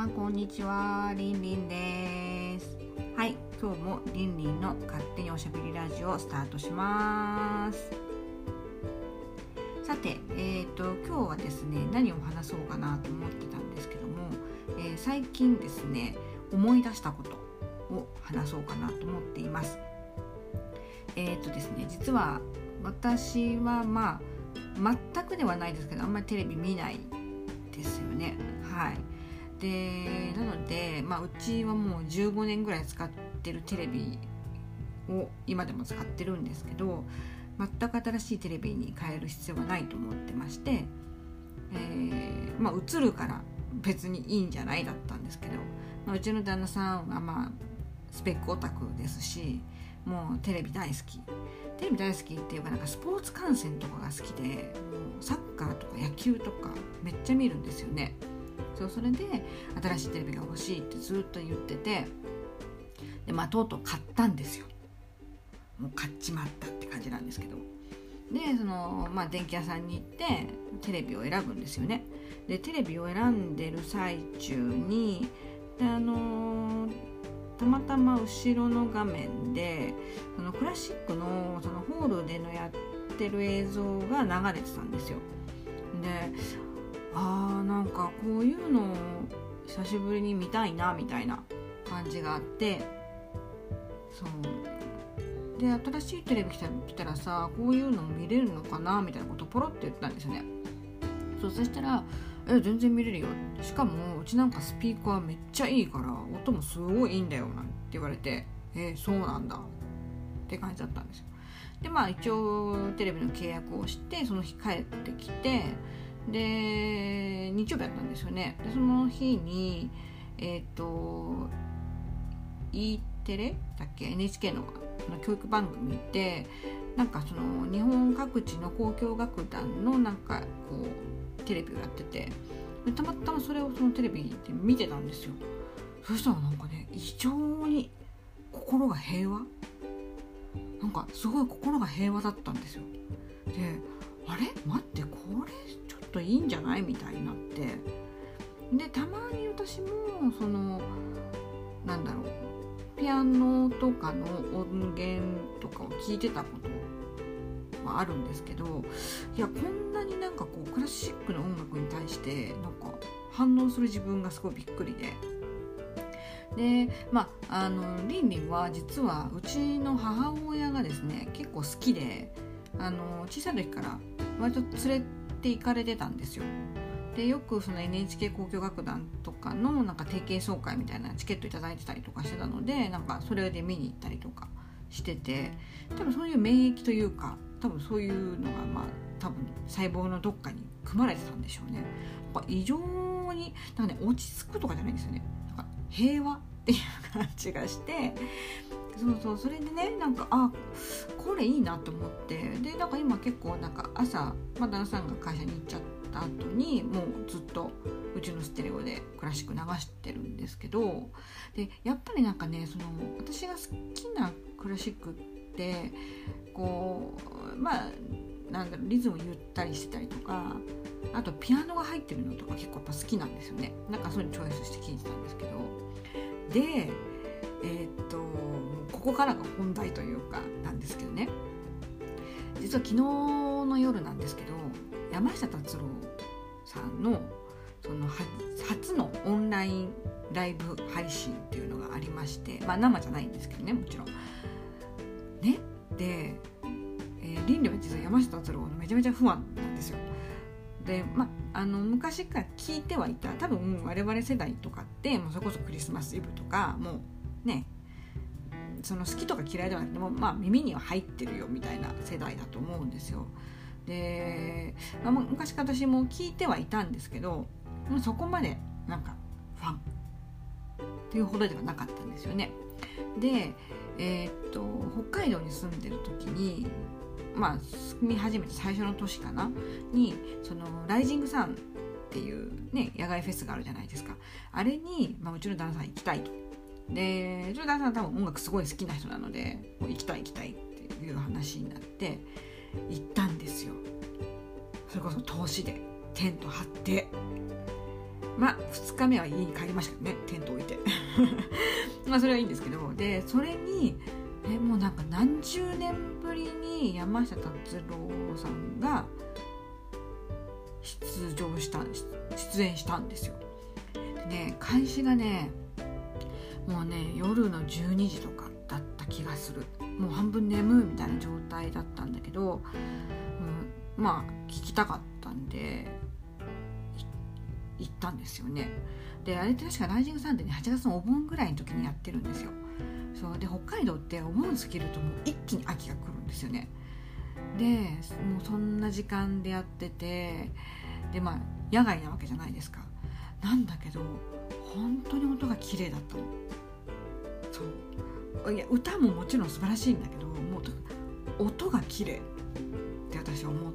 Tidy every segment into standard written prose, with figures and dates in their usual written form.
んこんにちは、りんりんです。はい、今日もりんりんの勝手におしゃべりラジオをスタートします。さて、今日はですね、何を話そうかなと思ってたんですけども、最近ですね、思い出したことを話そうかなと思っています。ですね、実は私は全くではないですけど、あんまりテレビ見ないですよね。はい。でなので、うちはもう15年ぐらい使ってるテレビを今でも使ってるんですけど、全く新しいテレビに変える必要はないと思ってまして、映るから別にいいんじゃないだったんですけど、うちの旦那さんはスペックオタクですし、もうテレビ大好きっていうか、スポーツ観戦とかが好きで、もうサッカーとか野球とかめっちゃ見るんですよね。それで新しいテレビが欲しいってずっと言ってて、でとうとう買ったんですよ。もう買っちまったって感じなんですけど、で電気屋さんに行ってテレビを選ぶんですよね。でテレビを選んでる最中にたまたま後ろの画面でクラシックのホールでのやってる映像が流れてたんですよ。でなんかこういうのを久しぶりに見たいなみたいな感じがあって、で新しいテレビ来たらさ、こういうの見れるのかなみたいなことをポロって言ったんですよね。そしたら全然見れるよ、しかもうちなんかスピーカーめっちゃいいから音もすごいいいんだよなんて言われて、そうなんだって感じだったんですよ。で一応テレビの契約をして、その日帰ってきて、で日曜日だったんですよね。でその日にE テレだっけ NHK の教育番組で日本各地の交響楽団のテレビをやってて、たまたまそれをそのテレビで見てたんですよ。そしたら異常に心が平和、すごい心が平和だったんですよ。であれ待って、これちょっといいんじゃないみたいになって、でたまに私もピアノとかの音源とかを聞いてたことはあるんですけど、こんなにクラシックの音楽に対して反応する自分がすごいびっくりで、リンリンは実はうちの母親がですね結構好きで、小さい時から割と連れて行かれてたんですよ。でよくNHK 交響楽団とかの定型総会みたいなチケットいただいてたりとかしてたので、それで見に行ったりとかしてて、多分そういう免疫というか、多分そういうのが多分細胞のどっかに組まれてたんでしょうね。異常に落ち着くとかじゃないんですよね。平和っていう感じがして、それでねこれいいなと思って、で今結構朝旦那さんが会社に行っちゃった後にもうずっとうちのステレオでクラシック流してるんですけど、でやっぱり私が好きなクラシックってリズムゆったりしてたりとか、あとピアノが入ってるのとか結構やっぱ好きなんですよね。そういうのチョイスして聴いてたんですけど、でここからが本題というかなんですけどね、実は昨日の夜なんですけど、山下達郎さんの初のオンラインライブ配信っていうのがありまして、生じゃないんですけどね、もちろんね。で、リンリンは実は山下達郎のめちゃめちゃファンなんですよ。で昔から聞いてはいた、多分我々世代とかってもうそれこそクリスマスイブとかもうね、好きとか嫌いではなくても耳には入ってるよみたいな世代だと思うんですよ。で、昔から私も聞いてはいたんですけど、そこまでファンっていうほどではなかったんですよね。で、北海道に住んでる時に住み始めて最初の年かなにライジングサンっていうね野外フェスがあるじゃないですか。あれに、うちの旦那さん行きたいと。でうちの旦那さん多分音楽すごい好きな人なので、もう行きたいっていう話になって行ったんですよ。それこそ投資でテント張って 2日目は家に帰りましたけどね、テント置いてそれはいいんですけど、でそれにもうなんか何十年ぶりに山下達郎さんが出演したんですよ。でね、開始がねもうね夜の12時とかだった気がする。もう半分眠いみたいな状態だったんだけど、聞きたかったんで行ったんですよね。であれって確かライジングサンデーに8月のお盆ぐらいの時にやってるんですよ。そうで、北海道ってお盆過ぎるともう一気に秋が来るんですよね。でもうそんな時間でやってて、で野外なわけじゃないですか。なんだけど本当に音が綺麗だったの。そういや、歌ももちろん素晴らしいんだけど、もう音が綺麗って私は思って、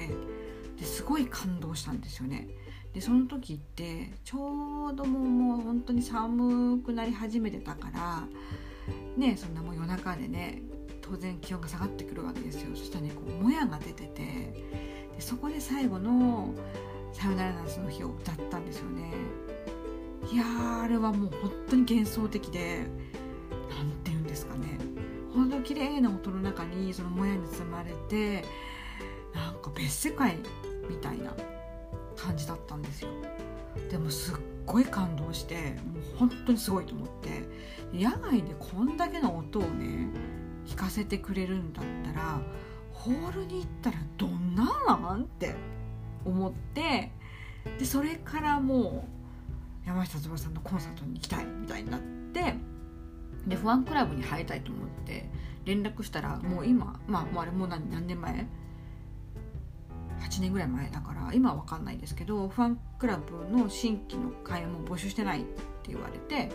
ですごい感動したんですよね。でその時ってちょうどもう本当に寒くなり始めてたからね、そんなもう夜中でね当然気温が下がってくるわけですよ。そしたらねもやが出てて、でそこで最後のさよなら夏の日を歌ったんですよね。いやー、あれはもう本当に幻想的で、なんていうんですかね、本当に綺麗な音の中にそのもやに包まれて、なんか別世界みたいな感じだったんですよ。でもすっごい感動して、もう本当にすごいと思って、野外でこんだけの音をね聞かせてくれるんだったらホールに行ったらどんななんって思って、でそれからもう山下達郎さんのコンサートに行きたいみたいになって、でファンクラブに入りたいと思って連絡したら、もう今もうあれもう何年前8年ぐらい前だから今は分かんないですけど、ファンクラブの新規の会員も募集してないって言われて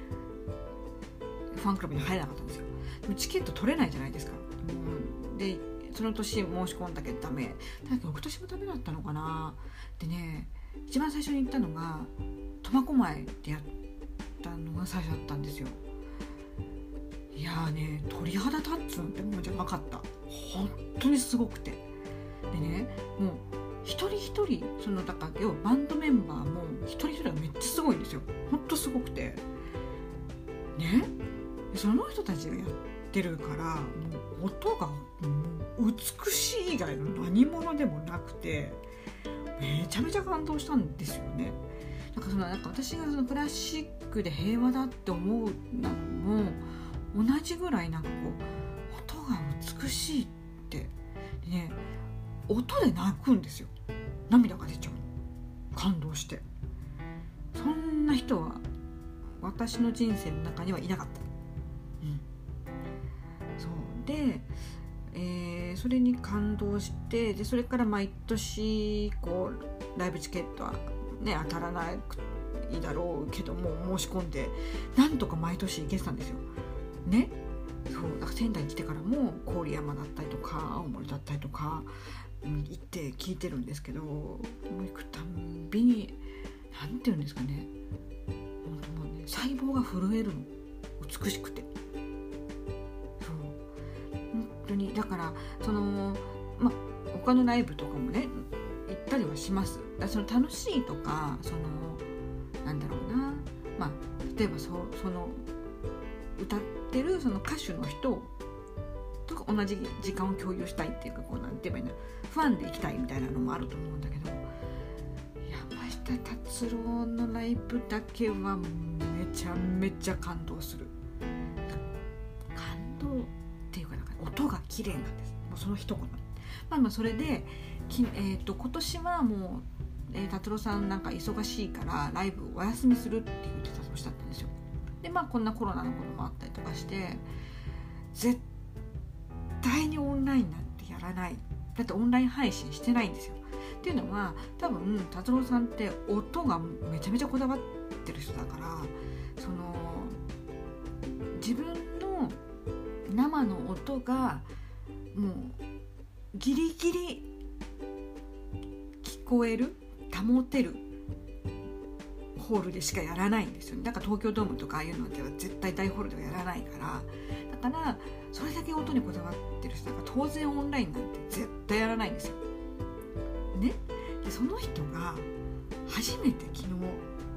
ファンクラブに入れなかったんですよ。でもチケット取れないじゃないですか。でその年申し込んだけどダメだけど、翌年もダメだったのかな。でね、一番最初に行ったのが苫小牧でやったのが最初だったんですよ。いやーね、鳥肌立つなんてものじゃなかった。本当にすごくて、でね、もう一人一人だから要はバンドメンバーも一人一人がめっちゃすごいんですよ。本当すごくてね、その人たちがやってるからもう音がもう美しい以外の何物でもなくて、めちゃめちゃ感動したんですよね。なんか私がクラシックで平和だって思うのも同じぐらい、なんか音が美しいってでね、音で泣くんですよ。涙が出ちゃう、感動して。そんな人は私の人生の中にはいなかった。そうで、それに感動して、でそれから毎年ライブチケットはね当たらないだろうけども申し込んでなんとか毎年行けてたんですよね。そうだから仙台に来てからも郡山だったりとか青森だったりとか行って聞いてるんですけど、もう行くたんびになんていうんですかね、本当もうね細胞が震えるの、美しくて。そう本当にだから他のライブとかもね行ったりはします。だから楽しいとかなんだろうな、例えばその歌ってるその歌手の人と同じ時間を共有したいっていうか、なんて言えばいいんだ、ファンで行きたいみたいなのもあると思うんだけど、山下達郎のライブだけはめちゃめちゃ感動する。感動っていうか、音が綺麗なんです。もうその一言。それで今年はもう、達郎さんなんか忙しいからライブお休みするって言ってた年だったんですよ。でこんなコロナのこともあったりとかして、絶対にオンラインなんてやらない。だってオンライン配信してないんですよ。っていうのは多分達郎さんって音がめちゃめちゃこだわってる人だから、自分の生の音がもうギリギリ聞こえる、保てるホールでしかやらないんですよね。だから東京ドームとかああいうのでは絶対大ホールではやらないから、だからそれだけ音にこだわってる人だから当然オンラインなんて絶対やらないんですよね。でその人が初めて昨日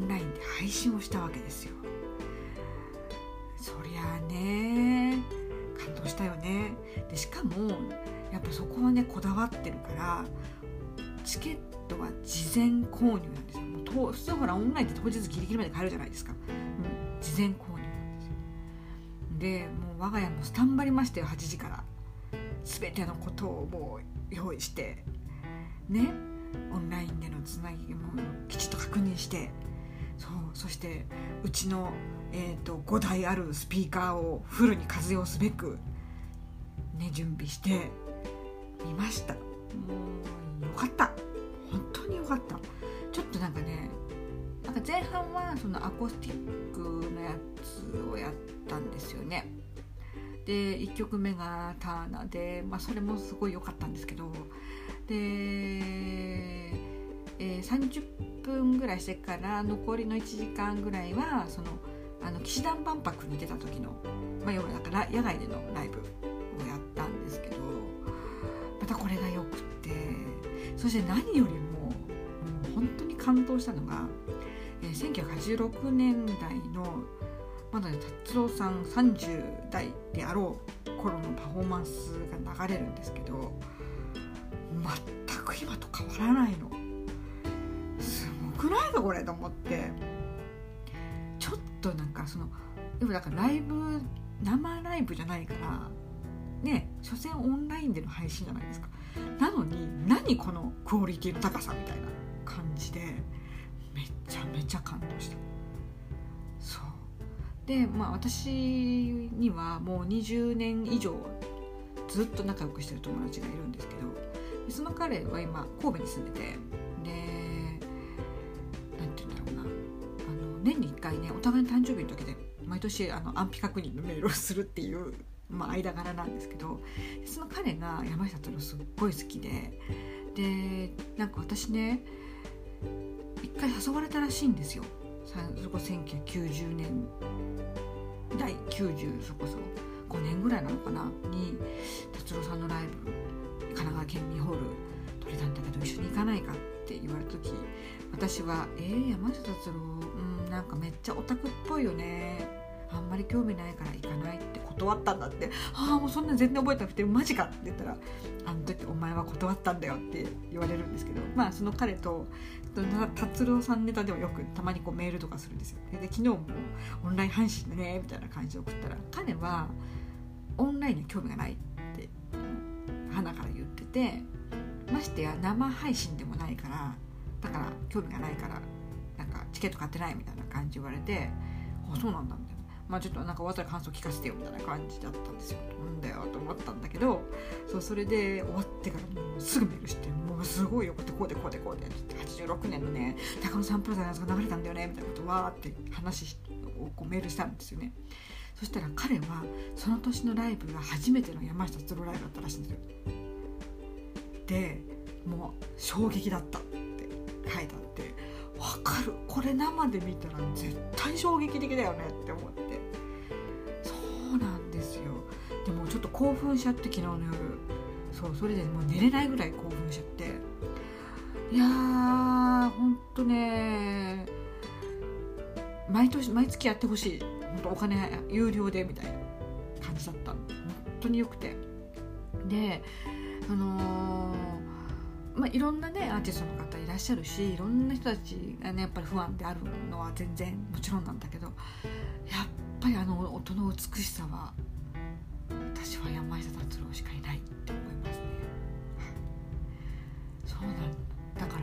ラインで配信をしたわけですよ。そりゃあね感動したよね。でしかもやっぱそこはねこだわってるからチケットは事前購入なんですよ。もう普通ほらオンラインって当日ギリギリまで買えるじゃないですか。事前購入なんですよ。でもう我が家もスタンバりましたよ。8時から全てのことをもう用意してね、オンラインでのつなぎもきちっと確認して、そしてうちの、5台あるスピーカーをフルに活用すべく、ね、準備してみました。もうよかった、本当によかった。ちょっとなんかね、なんか前半はそのアコースティックのやつをやったんですよね。で1曲目がターナで、それもすごい良かったんですけど、で、30分ぐらいしてから残りの1時間ぐらいはその騎士団万博に出た時の、要はなんか野外でのライブをやったんですけど、またこれが良くて、そして何よりも本当に感動したのが、1986年代のまだね達郎さん30代であろう頃のパフォーマンスが流れるんですけど、全く今と変わらないの。すごくないかこれと思って、ちょっとなんかでもだから生ライブじゃないからね、所詮オンラインでの配信じゃないですか。なのに何このクオリティの高さみたいな感じでめちゃめちゃ感動した。そうで、私にはもう20年以上ずっと仲良くしてる友達がいるんですけど、その彼は今神戸に住んでて、でなんていうんだろうな、年に1回ねお互いの誕生日の時で毎年安否確認のメールをするっていう、間柄なんですけど、その彼が山下達郎すっごい好きで、なんか私ね1回誘われたらしいんですよ。それこそ1990年代90そこそ5年ぐらいなのかなに達郎さんのライブ神奈川県民ホール取れたんだけど一緒に行かないかって言われた時、私は山下達郎、なんかめっちゃオタクっぽいよね、あんまり興味ないから行かないって断ったんだって。もうそんな全然覚えてなくてマジかって言ったら、あの時お前は断ったんだよって言われるんですけど、その彼と達郎さんネタではよくたまにこうメールとかするんですよ。で昨日もオンライン配信だねみたいな感じで送ったら、彼はオンラインに興味がないって鼻から言ってて、ましてや生配信でもないから、だから興味がないからなんかチケット買ってないみたいな感じ言われて、そうなんだみたいな、ちょっとなんか終わったら感想聞かせてよみたいな感じだったんですよ。なんだよと思ったんだけど、それで終わってからもうすぐメールして、もうすごいよこうで86年のね高野サンプラザのやつが流れたんだよねみたいなことわーって話をこうメールしたんですよね。そしたら彼はその年のライブが初めての山下達郎ライブだったらしいんですよ。でもう衝撃だったって書いてあって、わかる、これ生で見たら絶対衝撃的だよねって思って。そうなんですよ。でもちょっと興奮しちゃって昨日の夜、それでもう寝れないぐらい興奮しちゃって、いやーほんとね、毎月やってほしい、ほんとお金有料でみたいな感じだった。本当によくて、でいろんなねアーティストの方いらっしゃるし、いろんな人たちがねやっぱり不安であるのは全然もちろんなんだけど、やっぱり音の美しさは私は山下達郎しかいないって思いますね。そうなんだから、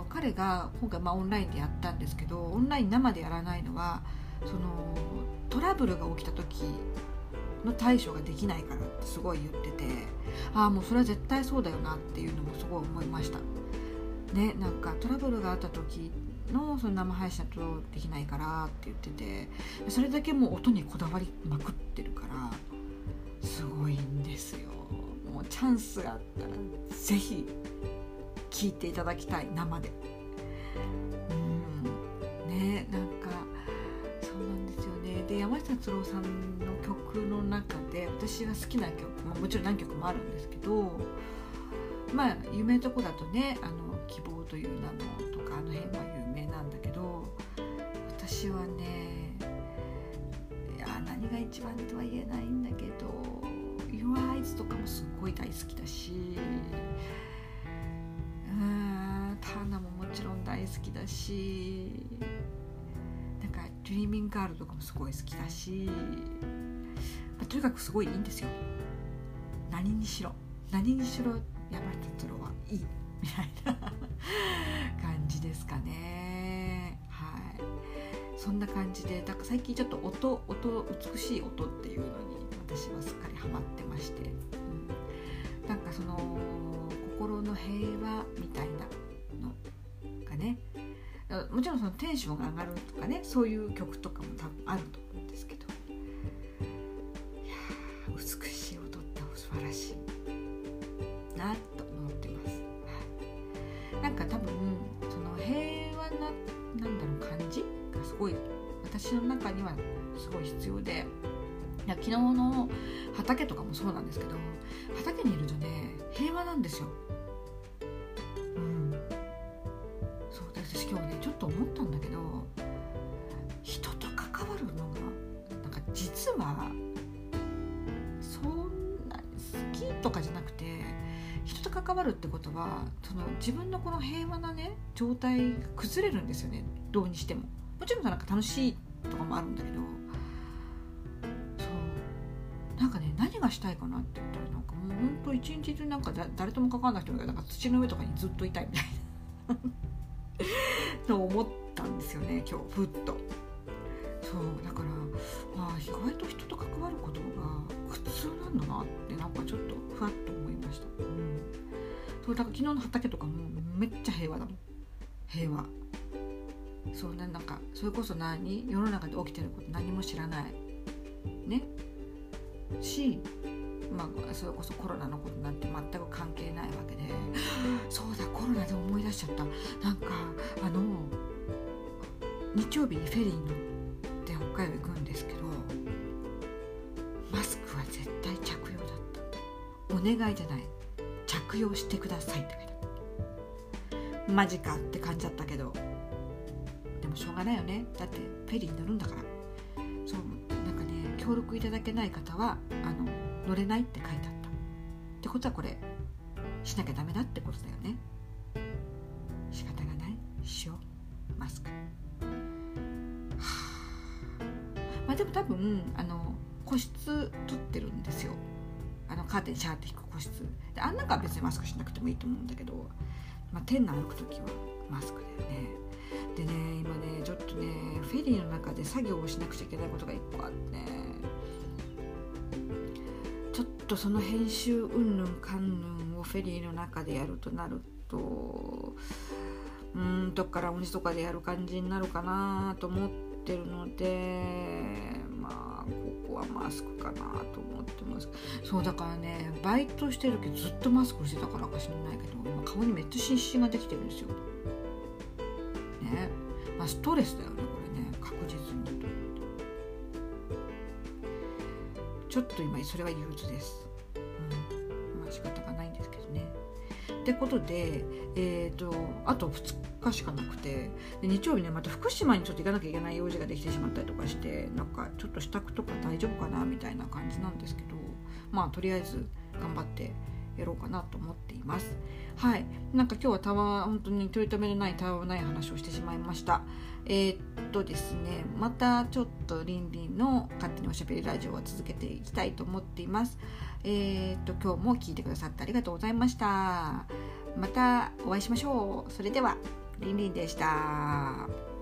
彼が今回オンラインでやったんですけど、オンライン生でやらないのはトラブルが起きた時の対処ができないからってすごい言ってて、もうそれは絶対そうだよなっていうのもすごい思いましたね。なんかトラブルがあった時のその生配信だとできないからって言ってて、それだけもう音にこだわりまくってるからすごいんですよ。もうチャンスがあったらぜひ聴いていただきたい、生で。ね、なんかそうなんですよね。で山下達郎さんの曲の中で私が好きな曲、もちろん何曲もあるんですけど、 まあ有名なとこだとね希望という名のとかあの辺は有名なんだけど、私はね何が一番とは言えないんだけど Your Eyes とかもすごい大好きだし、ターナももちろん大好きだし、なんか Dreaming Girl とかもすごい好きだし、とにかくすごいいいんですよ。何にしろ山下達郎はいいみたいな感じですかね。はい、そんな感じで、だから最近ちょっと音美しい音っていうのに私はすっかりハマってまして、なんかその心の平和みたいなのがね、もちろんそのテンションが上がるとかね、そういう曲とかも多分あると思うんですけど、いや美しい音って素晴らしいなと思ってます。なんか多分その平和な感じがすごい私の中にはすごい必要で、昨日の畑とかもそうなんですけど、畑にいるとね平和なんですよ。そうで、私今日ねちょっと思ったんだけど、人と関わるのがなんか実はそんなに好きとかじゃなくて、人と関わるってことはその自分のこの平和なね状態が崩れるんですよね。どうにしてももちろんなんか楽しいとかもあるんだけど、そうなんかね何がしたいかなって言ったら、なんかもうほんと一日中なんか誰とも関わらなくてもいいから、なんか土の上とかにずっといたいみたいなと思ったんですよね今日ふっと。そうだから、意外と人と関わることが普通なんだなってなんかちょっとふわっと思いました。そうだから昨日の畑とかもめっちゃ平和だもん。平和。そうね、なんかそれこそ世の中で起きてること何も知らないねし、それこそコロナのことなんて全く関係ないわけで、そうだコロナで思い出しちゃった。なんか日曜日にフェリー乗って北海道行くんですけど、マスクは絶対着用だった。お願いじゃない、着用してくださいって書いてある。マジかって感じだったけど、でもしょうがないよね。だってフェリーに乗るんだから。そうなんかね、協力いただけない方は乗れないって書いてあったってことは、これしなきゃダメだってことだよね。仕方がない、しようマスク。でも多分個室取ってるんですよ。カーテンシャーって引く個室で、なんかは別にマスクしなくてもいいと思うんだけど、店内歩くときはマスクだよね。でね、今ねちょっとねフェリーの中で作業をしなくちゃいけないことが一個あって、ちょっとその編集うんぬんかんぬんをフェリーの中でやるとなると、どっから鬼とかでやる感じになるかなと思ってるので、ここはマスクかなと思ってます。そうだからね、バイトしてる時ずっとマスクしてたからか知らないけど、今顔にめっちゃシンシンができてるんですよね。ストレスだよねこれね、確実に。ちょっと今それは憂鬱です。仕方がないんですけどね。ってことで、あと2日しかなくて、で日曜日ねまた福島にちょっと行かなきゃいけない用事ができてしまったりとかして、なんかちょっと支度とか大丈夫かなみたいな感じなんですけど、とりあえず頑張ってやろうかなと思っています。はい、なんか今日は本当に取り留めのないたわわない話をしてしまいました。ですね、またちょっとリンリンの勝手におしゃべりラジオは続けていきたいと思っています。今日も聞いてくださってありがとうございました。またお会いしましょう。それではリンリンでした。